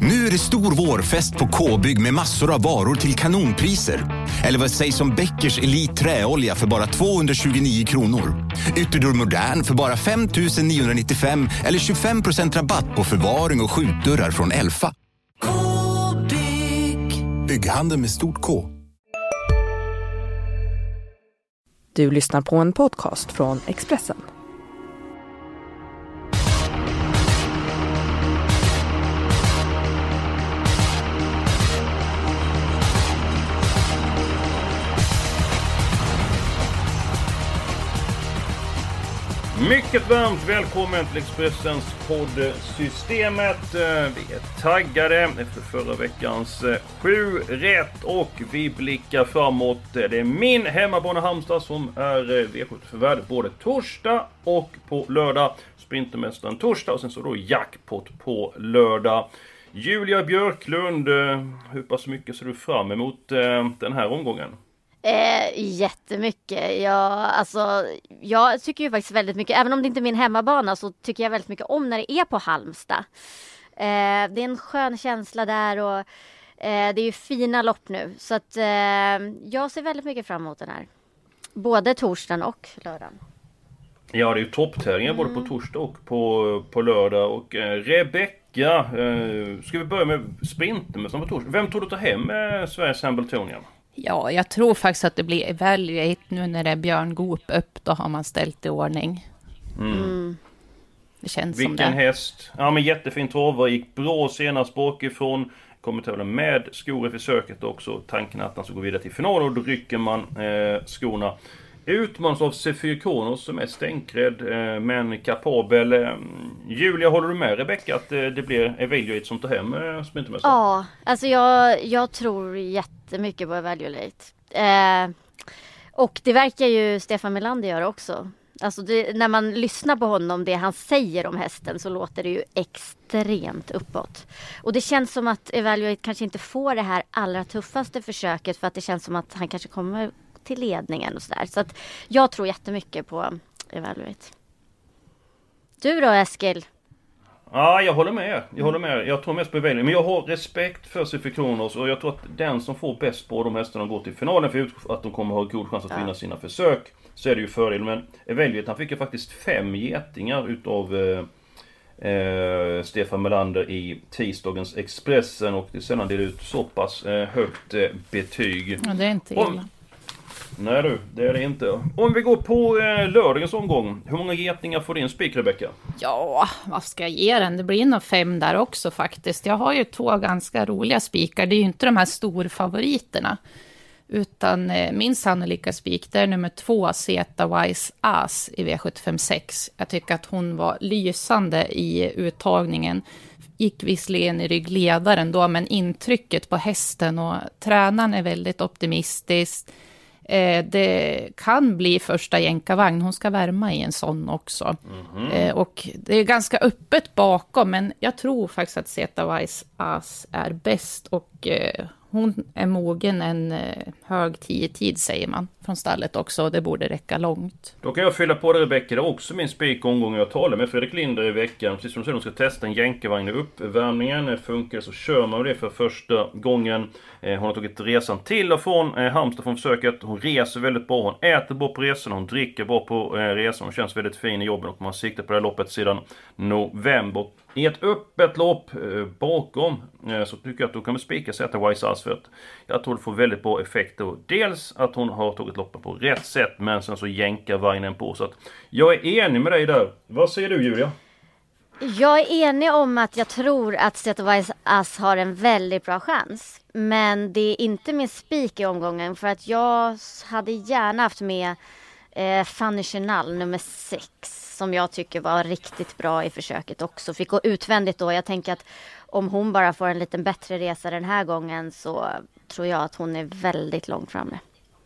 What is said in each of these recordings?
Nu är det stor vårfest på K-bygg med massor av varor till kanonpriser. Eller vad sägs om Bäckers Elite träolja för bara 229 kronor. Ytterdörr Modern för bara 5 995 eller 25% rabatt på förvaring och skjutdörrar från Elfa. K-bygg. Bygghandel med stort K. Du lyssnar på en podcast från Expressen. Mycket varmt välkommen till Expressens poddsystemet. Vi är taggade efter förra veckans 7 rätt och vi blickar framåt. Det är min hemmabana Halmstad som är V75-värd både torsdag och på lördag. Sprintermästaren torsdag och sen så då jackpot på lördag. Julia Björklund, hur pass mycket ser du fram emot den här omgången? Jättemycket. Jag tycker ju faktiskt väldigt mycket, även om det inte är min hemmabana, så tycker jag väldigt mycket om när det är på Halmstad. Det är en skön känsla där och det är ju fina lopp nu. Så att jag ser väldigt mycket fram emot den här. Både torsdagen och lördagen. Ja, det är ju topptävlingar både på torsdag och på lördag. Och Rebecka, ska vi börja med sprinten som på torsdag. Vem tror du tar hem Sveriges Hambletonian? Ja, jag tror faktiskt att det blir Evaluate nu när det är Björn Goop upp. Då har man ställt i ordning. Det känns som det. Vilken häst. Ja, men jättefint travar. Gick bra senast bakifrån. Kommer tävla med skor i försöket också. Tanken att han ska gå vidare till final och då rycker man skorna. Utmanas av C4 Kronos som är stänkrädd men kapabel. Julia, håller du med Rebecka att det blir Evaluate som tar hem sprintermästaren? Ja, alltså jag tror jättemycket på Evaluate. Och det verkar ju Stefan Melander göra också. Alltså när man lyssnar på honom, det han säger om hästen, så låter det ju extremt uppåt. Och det känns som att Evaluate kanske inte får det här allra tuffaste försöket, för att det känns som att han kanske kommer till ledningen och sådär. Så att jag tror jättemycket på Evaluate. Du då, Eskil? Ja, jag håller med. Jag tror mest på Evaluate. Men jag har respekt för C4 Kronos och jag tror att den som får bäst på de hästarna går till finalen för att de kommer ha god chans att vinna sina försök, så är det ju fördel. Men Evaluate, han fick ju faktiskt 5 getingar utav Stefan Melander i tisdagens Expressen, och det sedan delade ut så pass högt betyg. Ja, det är inte illa. Nej du, det är det inte. Om vi går på lördagens omgång, hur många getingar får din spik, Rebecka? Ja, vad ska jag ge den? Det blir nog 5 där också faktiskt. Jag har ju 2 ganska roliga spikar. Det är ju inte de här storfavoriterna. Utan min sannolika spik, det är nummer 2, Zeta Wise As i V75-6. Jag tycker att hon var lysande i uttagningen. Gick visserligen i ryggledaren då, men intrycket på hästen och tränaren är väldigt optimistisk. Det kan bli första jänkarvagn. Hon ska värma i en sån också. Och det är ganska öppet bakom, men jag tror faktiskt att Zeta Wise As är bäst, och hon är mogen en hög 10-tid säger man från stallet också, och det borde räcka långt. Då kan jag fylla på det, Rebecka. Det är också min spikomgång. Jag talade med Fredrik Linder i veckan. Precis som du säger, de ska testa en jänkarvagn i uppvärmningen. Funkar så kör man det för första gången. Hon har tagit resan till och från Halmstad från försöket. Hon reser väldigt bra. Hon äter bra på resan. Hon dricker bra på resan. Hon känns väldigt fin i jobben och man siktar på det här loppet sedan november. I ett öppet lopp bakom så tycker jag att då kan vi spika Zeta Wise As, för att jag tror det får väldigt bra effekter. Dels att hon har tagit loppet på rätt sätt, men sen så jänkar vagnen på. Så att jag är enig med dig där. Vad säger du, Julia? Jag är enig om att jag tror att Zeta Wise As har en väldigt bra chans. Men det är inte min spik i omgången, för att jag hade gärna haft med Fanny Chenal nummer 6, som jag tycker var riktigt bra i försöket också. Fick gå utvändigt då. Jag tänker att om hon bara får en liten bättre resa den här gången, så tror jag att hon är väldigt långt framme.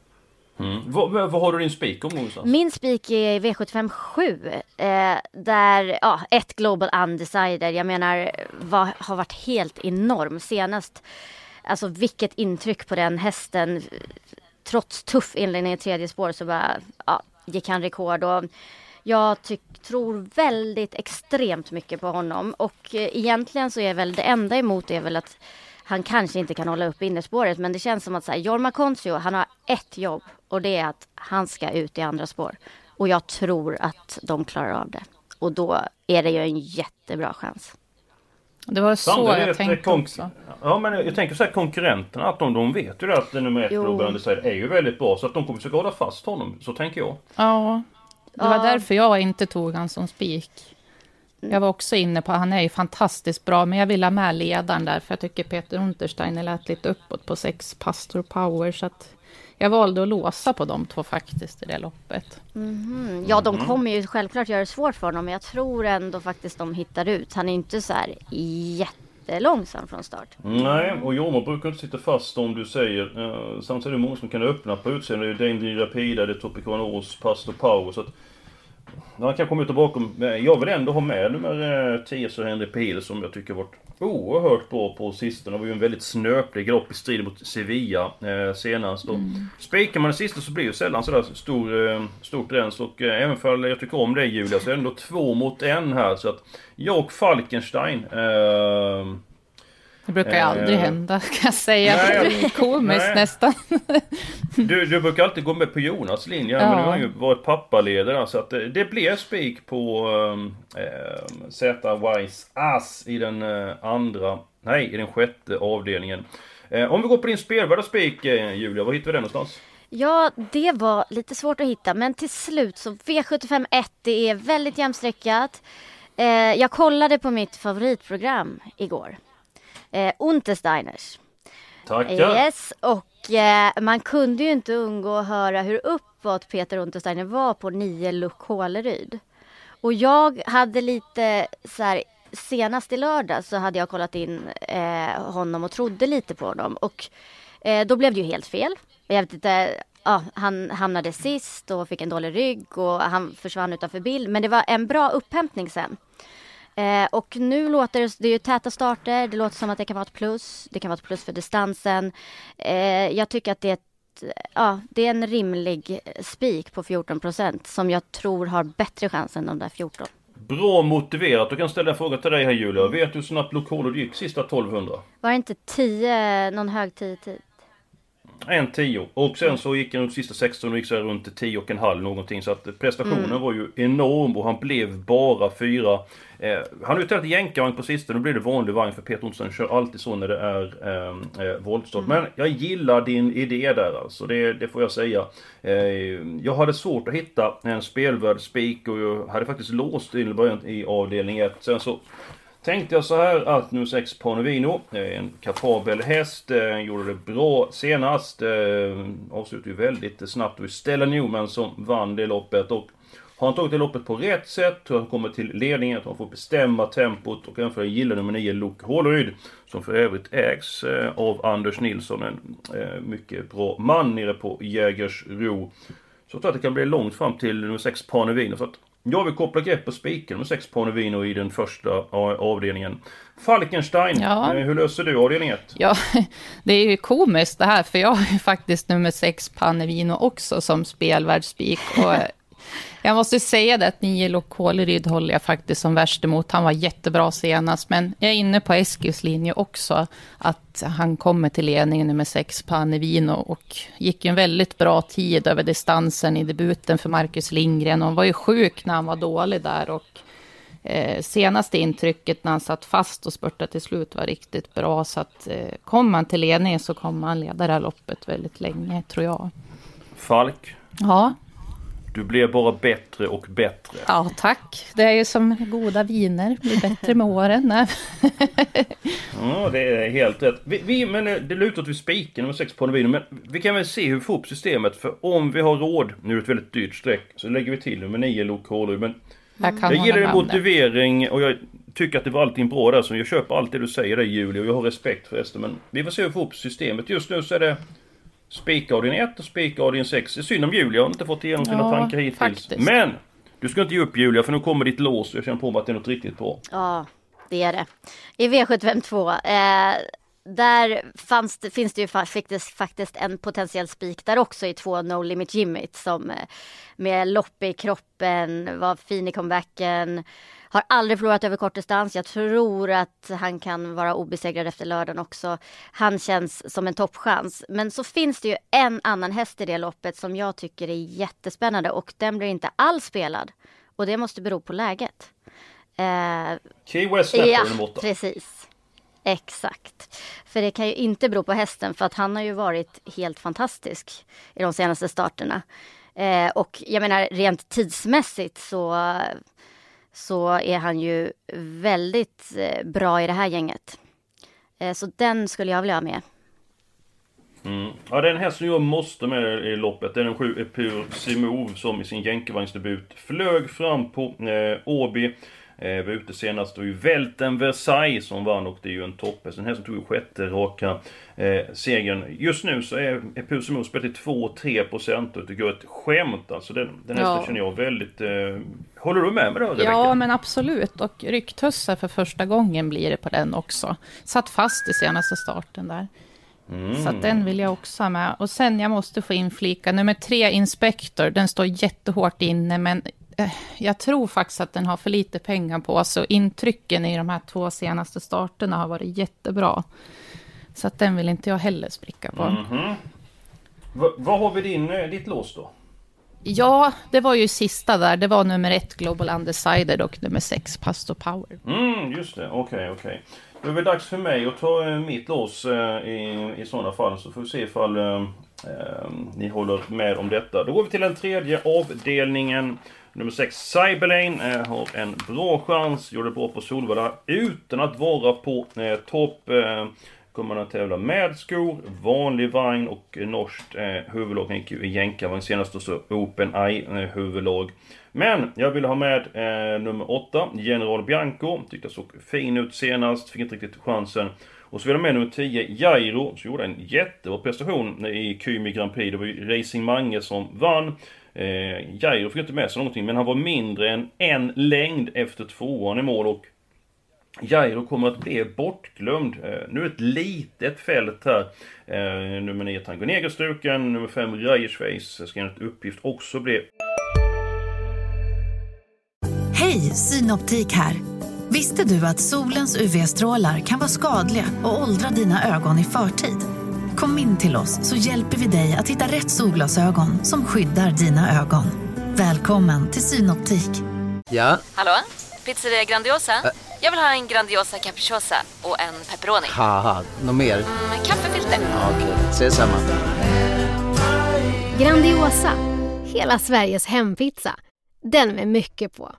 Vad har du din spik om någonstans? Min spik är V75 7. Där, ett Global Undecided. Jag menar, har varit helt enorm senast. Alltså vilket intryck på den hästen. Trots tuff inledning i tredje spår så bara, gick han rekord. Och Jag tror väldigt extremt mycket på honom. Och egentligen så är väl det enda emot det är väl att han kanske inte kan hålla upp innerspåret. Men det känns som att Jorma Kontio, han har ett jobb. Och det är att han ska ut i andra spår. Och jag tror att de klarar av det. Och då är det ju en jättebra chans. Det var så jag tänkte också. Ja, men jag tänker så här, konkurrenterna, att de vet ju det att nummer 1 Global Undecided är ju väldigt bra. Så att de kommer försöka hålla fast honom, så tänker jag. Ja, det var därför jag inte tog han som spik. Jag var också inne på, han är ju fantastiskt bra, men jag vill ha med ledaren där. För jag tycker Peter Untersteiner lät lite uppåt på 6 Pastor Power, så att jag valde att låsa på de 2 faktiskt i det loppet. Ja, de kommer ju självklart göra det svårt för honom. Men jag tror ändå faktiskt de hittar ut. Han är inte så här jättelångsam från start. Nej, och Jorma brukar inte sitta fast om du säger. Samtidigt är det många som kan öppna på utseende. Det är Daily Rapida, det är Topicanos, Pastor Power. Så att han kan komma ut och bakom. Jag vill ändå ha med nummer 10 så Henry Pil, som jag tycker varit oerhört bra på sistone. Det var ju en väldigt snöplig galopp i strid mot Sevilla senast. Spikar man den sista så blir ju sällan sådär stort rens. Och även för jag tycker om det, Julia, så är det ändå 2 mot 1 här. Så att jag och Falkenstein... Det brukar aldrig hända, kan jag säga. Det blir komiskt nästan. Du brukar alltid gå med på Jonas linje, men nu har han ju varit pappaledare. Så att det blir spik på Z-Wise Ass i den i den 6:e avdelningen. Om vi går på din spelvärda spik, Julia, var hittar vi den någonstans? Ja, det var lite svårt att hitta, men till slut så V75-1, det är väldigt jämnsträckat. Jag kollade på mitt favoritprogram igår. Untersteiners. Tackar. Yes, och man kunde ju inte undgå att höra hur uppåt Peter Untersteiner var på 9 Luck Håleryd. Och jag hade lite så här, senast i lördag så hade jag kollat in honom och trodde lite på honom. Och då blev det ju helt fel. Jag vet inte, han hamnade sist och fick en dålig rygg och han försvann utanför bild. Men det var en bra upphämtning sen. Och nu låter det är ju täta starter. Det låter som att det kan vara ett plus. Det kan vara ett plus för distansen. Jag tycker att det är en rimlig spik på 14% som jag tror har bättre chans än de där 14. Bra motiverat. Jag kan ställa en fråga till dig här, Julia. Vet du hur snabbt Lokolod gick sista 1200? Var det inte 10, någon hög 10-tid? 1:10. Och sen så gick han upp sista 16 och gick så här runt 10,5 någonting. Så att prestationen var ju enorm och han blev bara 4. Han har ju tagit jänkarvagn på sista. Nu blir det vanlig vagn för Peter Olsson kör alltid så när det är voltstart. Men jag gillar din idé där alltså. Det får jag säga. Jag hade svårt att hitta en spelvärd spik och jag hade faktiskt låst i början i avdelning 1. Sen så tänkte jag så här att nu 6 Panovino, en kapabel häst, gjorde det bra senast, avslutade ju väldigt snabbt och Stella Newman som vann det loppet och har han tagit det loppet på rätt sätt, han kommer till ledningen, att han får bestämma tempot och även för jag gillar nummer 9 Luke Håleryd som för övrigt ägs av Anders Nilsson, en mycket bra man nere på Jägersro. Så jag tror att det kan bli långt fram till nummer 6 Panovino, så att jag vill koppla grepp på spiken med 6 Panovino i den första avdelningen. Falkenstein, hur löser du avdelning 1? Ja, det är ju komiskt det här, för jag har ju faktiskt nummer 6 Panovino också som spelvärd spik. Och jag måste säga det att 9 Luck Håleryd håller jag faktiskt som värst emot. Han var jättebra senast, men jag är inne på Eskils linje också. Att han kommer till ledningen nummer 6 Panovino och gick ju en väldigt bra tid över distansen i debuten för Marcus Lindgren. Och han var ju sjuk när han var dålig där och senaste intrycket när han satt fast och spurtade till slut var riktigt bra. Så att kommer han till ledningen så kommer han leda det här loppet väldigt länge, tror jag. Falk? Ja. Du blir bara bättre och bättre. Ja, tack. Det är ju som goda viner. Blir bättre med åren. Ja, det är helt rätt. Men det lutar åt vi spiken med 6 Panovino. Men vi kan väl se hur vi får upp systemet. För om vi har råd, nu är det ett väldigt dyrt streck, så lägger vi till med 9 Luck Håleryd. Men jag gillar en motivering och jag tycker att det var allting bra där. Så jag köper allt det du säger där, Julia. Och jag har respekt för resten. Men vi får se hur vi får upp systemet. Just nu så är det spikavdelning 1 och spikavdelning 6. Det är synd om Julia, har inte fått igenom sina tankar hittills. Faktiskt. Men du ska inte ge upp, Julia, för nu kommer ditt lås. Jag känner på mig att det är något riktigt bra. Ja, det är det. I V752. där finns det ju faktiskt en potentiell spik där också i 2 No Limit Jimmy som med lopp i kroppen, var fin i comebacken, har aldrig förlorat över kortdistans. Jag tror att han kan vara obesegrad efter lördagen också. Han känns som en toppchans. Men så finns det ju en annan häst i det loppet som jag tycker är jättespännande och den blir inte alls spelad. Och det måste bero på läget. Key West släpper ja, den borta. Precis. Exakt. För det kan ju inte bero på hästen för att han har ju varit helt fantastisk i de senaste starterna. Och jag menar rent tidsmässigt så är han ju väldigt bra i det här gänget. Så den skulle jag vilja ha med. Ja, det är en häst som jag måste med i loppet. Det är den 7 Epur Simov som i sin jänkarvagnsdebut flög fram på Åby. Var ute senast och ju Välten Versailles som vann och det är ju en topphäst. En häst som tog ju 6:e raka segern. Just nu så är Epur Simov spelat till 2-3% och det går ett skämt. Alltså den hästen känner jag väldigt... Håller du med mig då, Rebecka? Ja, men absolut. Och rycktussar för första gången blir det på den också. Satt fast i senaste starten där. Så att den vill jag också ha med. Och sen jag måste få inflika nummer 3 Inspector. Den står jättehårt inne men jag tror faktiskt att den har för lite pengar på. Så intrycken i de här 2 senaste starterna har varit jättebra. Så att den vill inte jag heller spricka på. Vad har vi ditt lås då? Ja, det var ju sista där. Det var nummer 1 Global Undecided och nummer 6 Pastor Power. Just det, okej. Då är det dags för mig att ta mitt lås i sådana fall. Så får vi se ifall ni håller med om detta. Då går vi till den 3:e avdelningen. Nummer 6 Cyberlane har en bra chans. Gjorde bra på Solvalla utan att vara på topp. Kommer man att tävla med skor, vanlig vagn och norskt huvudlag. Gick ju i jänkarvagn senast och så Open Eye huvudlag. Men jag ville ha med nummer 8 General Bianco. Tyckte jag såg fin ut senast. Fick inte riktigt chansen. Och så vill jag med nummer 10 Jairo. Så gjorde en jättebra prestation i Kymi Grand Prix. Det var ju Racing Mange som vann. Jairo fick inte med sig någonting. Men han var mindre än en längd efter 2:an i mål. Och Jairo kommer att bli bortglömd. Nu ett litet fält här. Nummer 9 Tango Negerstruken. Nummer 5 Reyersface. Ska enligt uppgift också bli. Hej, Synoptik här. Visste du att solens UV-strålar kan vara skadliga och åldra dina ögon i förtid? Kom in till oss så hjälper vi dig att hitta rätt solglasögon som skyddar dina ögon. Välkommen till Synoptik. Ja? Hallå? Pizzeria Grandiosa? Jag vill ha en Grandiosa capriciosa och en pepperoni. Haha, något mer? Kaffefilter. Ja, okej, ses samma. Grandiosa, hela Sveriges hempizza. Den med mycket på.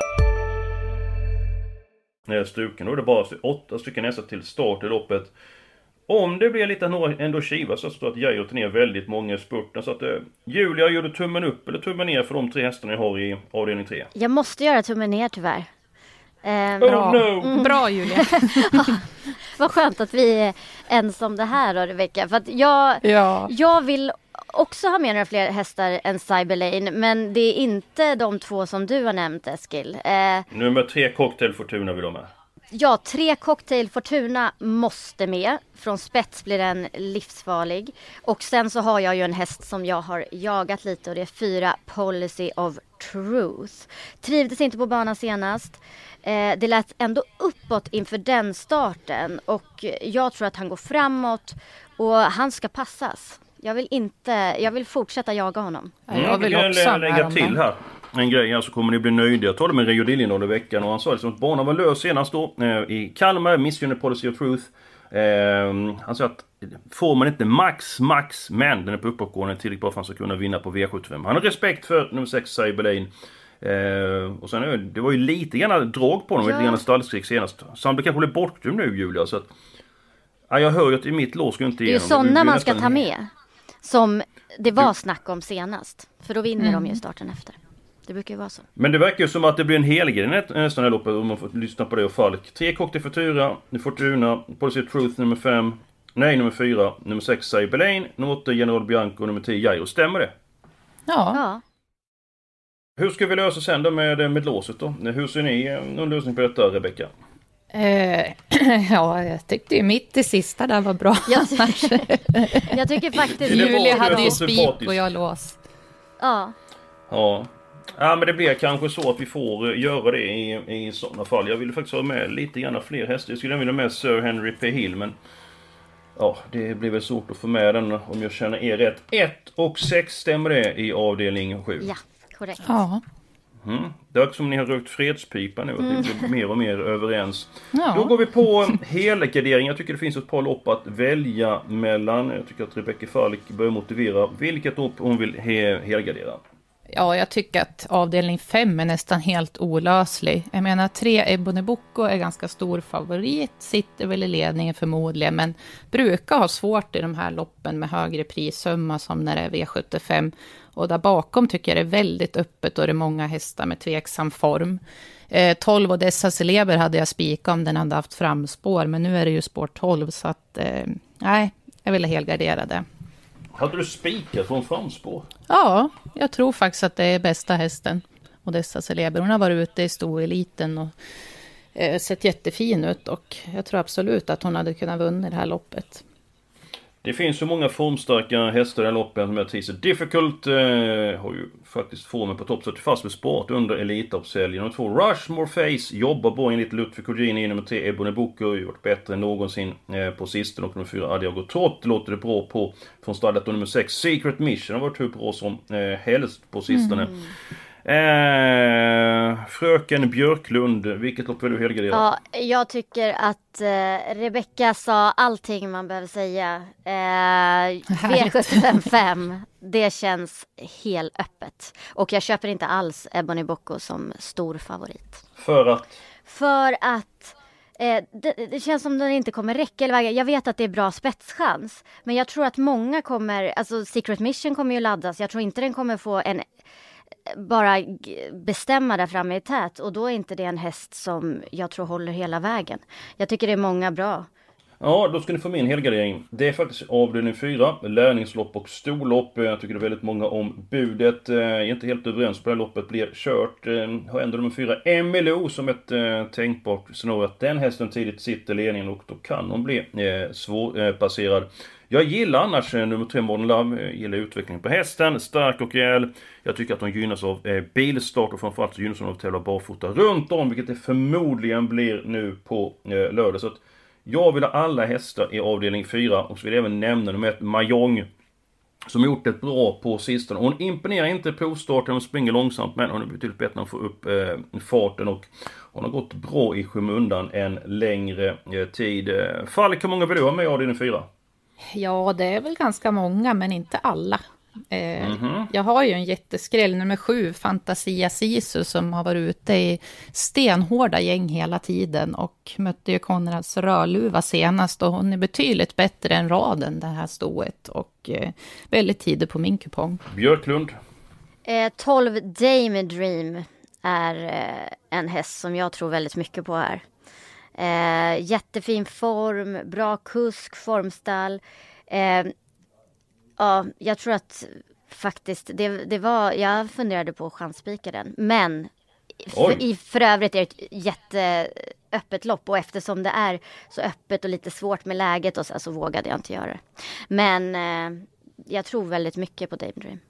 Stuken, då är det bara 8 stycken nästa till start i loppet. Om det blir lite ändå kiva så står att Jairo tar ner väldigt många spurten. Så att Julia, gör du tummen upp eller tummen ner för de 3 hästarna jag har i avdelning 3? Jag måste göra tummen ner tyvärr. Oh no! Bra Julia. Vad skönt att vi är ensam om det här då, Rebecka. För att jag vill också ha med några fler hästar än Cyberlane. Men det är inte de 2 som du har nämnt, Eskil. Nummer 3 Cocktail Fortuna vill de med. Ja, 3 Cocktail Fortuna måste med. Från spets blir den livsfarlig. Och sen så har jag ju en häst som jag har jagat lite. Och det är 4 Policy of Truth. Trivdes inte på banan senast. Det lät ändå uppåt inför den starten. Och jag tror att han går framåt. Och han ska passas. Jag vill fortsätta jaga honom. Jag vill också lägga till här en grej, alltså kommer ni bli nöjda. Jag talade med Rio Liljendahl i veckan och han sa liksom att banan var lös senast då i Kalmar, Mission Policy of Truth. Han sa att får man inte max, men den är på uppåtgående tillräckligt bra för att han ska kunna vinna på V75. Han har respekt för nummer 6 Cyberlane. Och sen det var ju lite grann drag på honom, lite grann stallskrik senast. Så han blir kanske bli bortdömd nu, Julia. Så att, jag hör ju att i mitt lås ska inte igenom. Det är ju sådana man ska ta med. Som det var snack om senast. För då vinner de ju starten efter. Det brukar ju vara så. Men det verkar ju som att det blir en helgrej nästan här loppet om man får lyssna på det och Falk. 3 Cocktail Fortuna, Policy of Truth nummer 5. Nej, nummer 4. Nummer 6 Cyberlane. Nummer 8 General Bianco. Nummer 10 Jairo. Stämmer det? Ja. Hur ska vi lösa sen då med låset då? Hur ser ni någon lösning på detta, Rebecka? Ja, jag tyckte ju mitt i sista där var bra. Jag tycker faktiskt... Julia hade ju spik och jag lås. Ja. Ja. Ja, men det blir kanske så att vi får göra det i sådana fall. Jag ville faktiskt ha med lite grann fler hästar. Jag skulle vilja med Sir Henry P. Hill, men ja, det blir väl svårt att få med den om jag känner er rätt. 1 och 6 stämmer det i avdelning 7. Ja, korrekt. Ja. Det är som ni har rökt fredspipa nu, att vi blir mer och mer överens. Ja. Då går vi på helgardering. Jag tycker det finns ett par lopp att välja mellan. Jag tycker att Rebecca Falk bör motivera vilket lopp hon vill helgardera. Ja, jag tycker att avdelning 5 är nästan helt olöslig. Jag menar, 3 Ebony Bocco är ganska stor favorit, sitter väl i ledningen förmodligen, men brukar ha svårt i de här loppen med högre prissumma som när det är V75. Och där bakom tycker jag det är väldigt öppet och det är många hästar med tveksam form. 12 och dessa celeber hade jag spikat om den hade haft framspår, men nu är det ju spår 12 så att nej, jag ville helgardera det. Hade du spikat från framspår? Ja, jag tror faktiskt att det är bästa hästen. Och dessa celeber. Hon har varit ute i storeliten och sett jättefin ut. Och jag tror absolut att hon hade kunnat vinna det här loppet. Det finns så många formstarka hästar i det här loppet som heter Difficult. Har ju faktiskt formen på topp, så fast med sport under elitloppshelgen. Nummer 2 Rushmore Face jobbar bra enligt Ludwig Cugini. Nummer 3 Ebony Bocco har gjort bättre än någonsin på sistone. Och nummer 4 Adiago Trott låter det bra på från stallet. Och nummer 6 Secret Mission har varit hur bra som helst på sistone. Fröken Björklund, vilket lopp vill du helgardera? Ja, jag tycker att Rebecca sa allting man behöver säga. V75, det känns helt öppet. Och jag köper inte alls Ebony Bocco som stor favorit. För att det känns som den inte kommer räcka eller väga. Jag vet att det är bra spetschans, men jag tror att många kommer, alltså Secret Mission kommer ju laddas. Jag tror inte den kommer få en bara bestämma där framme i tät, och då är inte det en häst som jag tror håller hela vägen. Jag tycker det är många bra. Ja, då ska ni få min helgardering. Det är faktiskt avdelning 4, lärlingslopp och storlopp. Jag tycker det är väldigt många om budet. Jag är inte helt överens på det här loppet blir kört. Har ändå nummer 4 MLO som ett tänkbart scenario att den hästen tidigt sitter ledningen och då kan hon bli svårpasserad. Jag gillar annars nummer 3 Modern Love. Jag gillar utvecklingen på hästen, stark och rejäl. Jag tycker att de gynnas av bilstart och framförallt gynnas av att tävla barfota runt om, vilket det förmodligen blir nu på lördag. Så att jag vill ha alla hästar i avdelning 4 och så vill jag även nämna nummer 1 Mahjong som gjort ett bra på sistone. Hon imponerar inte i provstarten, hon springer långsamt, men hon är betydligt bättre när hon får upp farten och hon har gått bra i skymundan en längre tid. Falk, hur många vill du ha med i avdelning 4? Ja, det är väl ganska många, men inte alla. Jag har ju en jätteskräll, nummer 7, Fantasia Sisu, som har varit ute i stenhårda gäng hela tiden och mötte ju Konrads Rödluva senast, och hon är betydligt bättre än raden det här stoet och väldigt tidigt på min kupong. Björklund? 12 Dame Dream är en häst som jag tror väldigt mycket på här. Jättefin form, bra kusk, formstall. Ja, jag tror att faktiskt det var, jag funderade på att chansspika den, men för övrigt är det ett jätteöppet lopp, och eftersom det är så öppet och lite svårt med läget och så vågade jag inte göra det. Men jag tror väldigt mycket på Dame Dream.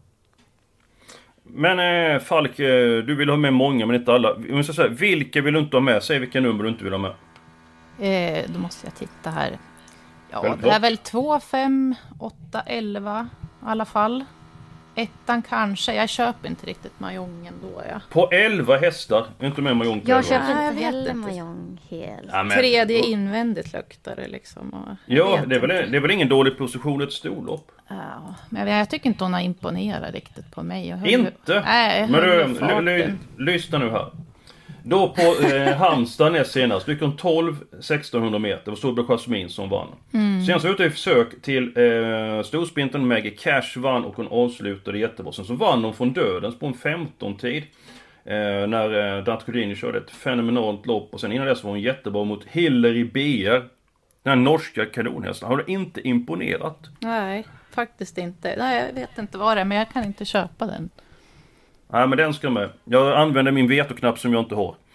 Men Falk, du vill ha med många men inte alla. Jag måste säga, vilka vill du inte ha med? Säg vilka nummer du inte vill ha med. Då måste jag titta här. Ja, det är väl 2, 5, 8, 11 i alla fall. Ettan kanske. Jag köper inte riktigt Mahjongen då. Ja. På 11 hästar. Inte med Mahjong. Jag köper inte heller Mahjong helt. Ja, men, tredje invändigt luktar det liksom. Och ja, det är väl ingen dålig position, ett storlopp. Ja, men jag tycker inte hon har imponerat riktigt på mig. Inte? Nej, men lyssna nu här. Då på Halmstad näst senast gick hon 12-1600 meter. Det var Storbro Jasmin som vann. Sen så ute i försök till storsprinten Maggie Cash vann och hon avslutade jättebra. Sen så vann hon från dödens på en 15-tid. När Dante Cudini körde ett fenomenalt lopp. Och sen innan dess var hon jättebra mot Hillary BR. Den här norska kanonhästen. Har det inte imponerat? Nej, faktiskt inte. Nej, jag vet inte vad det är, men jag kan inte köpa den. Nej, men den ska med. Jag använder min vetoknapp som jag inte har.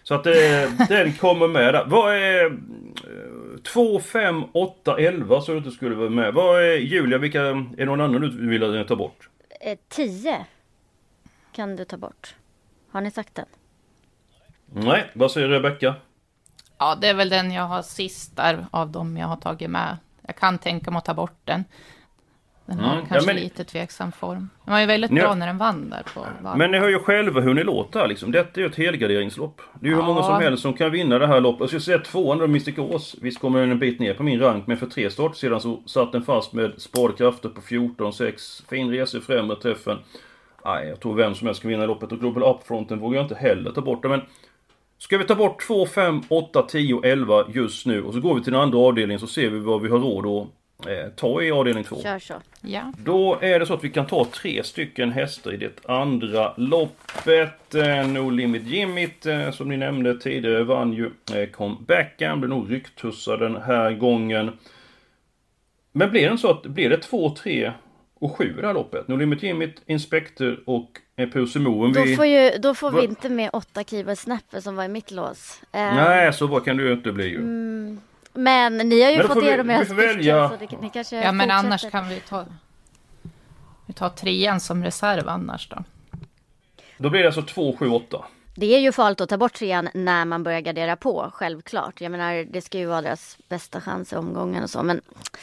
Så att den kommer med där. Vad är 2, 5, 8, 11 så du inte skulle vara med? Vad är Julia, vilka är någon annan du vill ta bort? 10 kan du ta bort. Har ni sagt den? Nej, vad säger Rebecka? Ja, det är väl den jag har sist där av dem jag har tagit med. Jag kan tänka mig att ta bort den. Den har kanske lite tveksam form. Den var ju väldigt bra när den vann där på varv. Men ni hör ju själva hur ni låter liksom. Detta är ju ett helgarderingslopp. Det är ju hur många som helst som kan vinna det här loppet. Jag skulle säga 2 Mystic Ås. Visst kommer den en bit ner på min rank. Men för 3 start sedan så satt den fast med sparade krafter på 14-6. Fin resa i främre träffen. Nej, jag tror vem som helst kan vinna loppet. Och Global Upfronten vågar jag inte heller ta bort det. Men ska vi ta bort 2, 5, 8, 10, 11 just nu. Och så går vi till den andra avdelningen så ser vi vad vi har råd att ta i avdelning 2. Kör så. Ja. Då är det så att vi kan ta 3 stycken hästar i det andra loppet. No Limit Jimmit som ni nämnde tidigare vann ju comeback. Han blev nog rycktussad den här gången. Men blir det så att blir det 2, 3 och 7 i det här loppet? No Limit Jimmit, Inspector och Pusimoen. Då får vi inte med 8 Kiva Snapper som var i mitt lås. Nej, så vad kan du inte bli ju. Men ni har ju fått er med att välja. Ni kanske ja, men fortsätter. annars kan vi ta 3:an som reserv annars då. Då blir det alltså 2, 7, 8. Det är ju farligt att ta bort 3:an när man börjar gardera på, självklart. Jag menar, det ska ju vara deras bästa chans i omgången och så. Men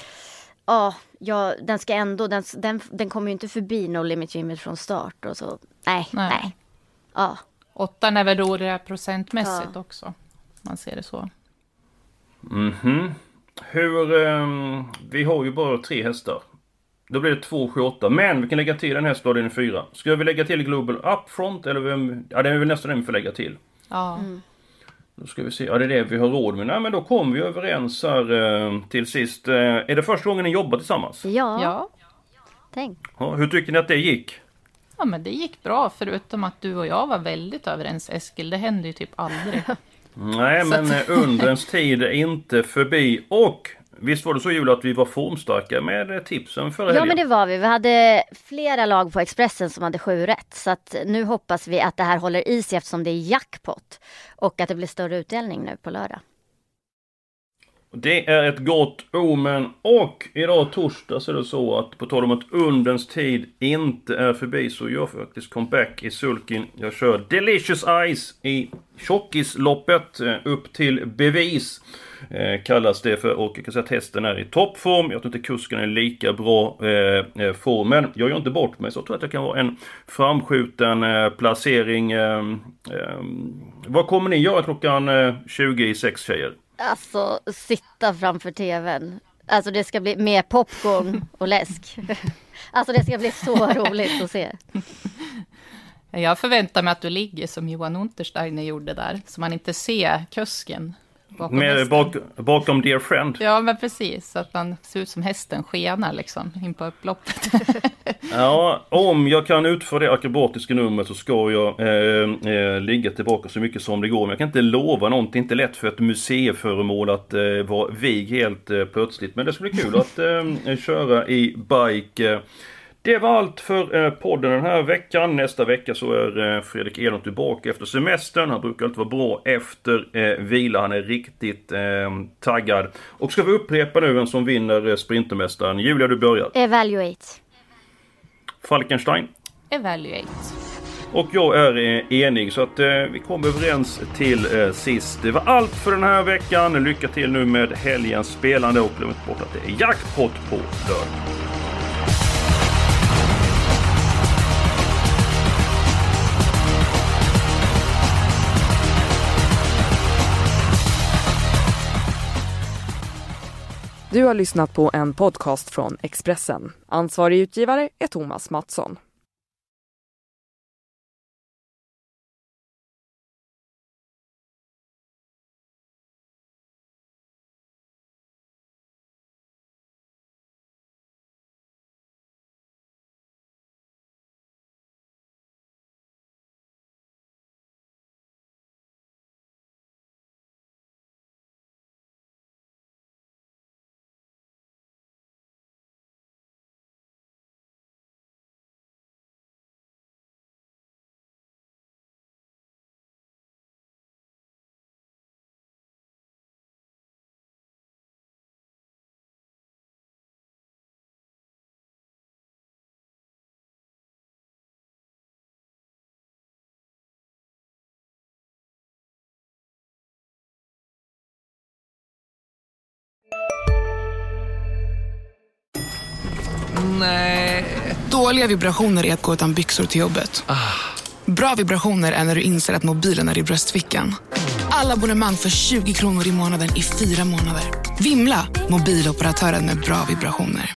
den ska ändå, den kommer ju inte förbi No Limit Jimmy från start och så. Nej. Ja. 8 är väl roligare procentmässigt också. Man ser det så. Vi har ju bara 3 hästar. Då blir det 2, 7, 8. Men vi kan lägga till en häst av den 4. Ska vi lägga till Global Upfront? Eller det är väl nästan den vi får lägga till. Ja. Då ska vi se. Ja, det är det vi har råd med. Nej, men då kommer vi överens här till sist. Är det första gången ni jobbar tillsammans? Ja. Tänk. Ja, hur tycker ni att det gick? Ja, men det gick bra. Förutom att du och jag var väldigt överens, Eskil. Det händer ju typ aldrig. Nej, men undrens tid är inte förbi. Och visst var det så, Julia, att vi var formstarka med tipsen förra helgen? Ja, men det var vi. Vi hade flera lag på Expressen som hade 7 rätt. Så att nu hoppas vi att det här håller i sig eftersom det är jackpot. Och att det blir större utdelning nu på lördag. Det är ett gott omen. Och idag torsdag så är det så att på tal om att undens tid inte är förbi så gör jag faktiskt comeback i sulkin. Jag kör Delicious Ice i tjockisloppet upp till bevis. Kallas det för, och jag kan säga att hästen är i toppform. Jag tror inte kusken är lika bra form, men jag gör inte bort mig, så jag tror att det kan vara en framskjuten placering. Vad kommer ni göra klockan 20:06, tjejer? Alltså, sitta framför tvn. Alltså det ska bli mer popcorn och läsk. Alltså det ska bli så roligt att se. Jag förväntar mig att du ligger som Johan Untersteiner gjorde där, så man inte ser kusken. Bakom Dear Friend. Ja, men precis. Så att man ser ut som hästen skenar liksom in på upploppet. Ja, om jag kan utföra det akrobatiska numret så ska jag ligga tillbaka så mycket som det går. Men jag kan inte lova någonting. Inte lätt för ett museiföremål att vara vig helt plötsligt. Men det ska bli kul att köra i bike. Det var allt för podden den här veckan. Nästa vecka så är Fredrik Elon tillbaka efter semestern. Han brukar alltid vara bra efter vila. Han är riktigt taggad. Och ska vi upprepa nu vem som vinner Sprintermästaren? Julia, du börjar. Evaluate. Falkenstein. Evaluate. Och jag är enig, så att vi kommer överens till sist. Det var allt för den här veckan. Lycka till nu med helgens spelande och glöm inte bort att det är jackpot på lördag. Du har lyssnat på en podcast från Expressen. Ansvarig utgivare är Thomas Mattsson. Nej. Dåliga vibrationer är att gå utan byxor till jobbet. Bra vibrationer är när du inser att mobilen är i bröstfickan. Alla abonnemang för 20 kronor i månaden i 4 månader. Vimla, mobiloperatören med bra vibrationer.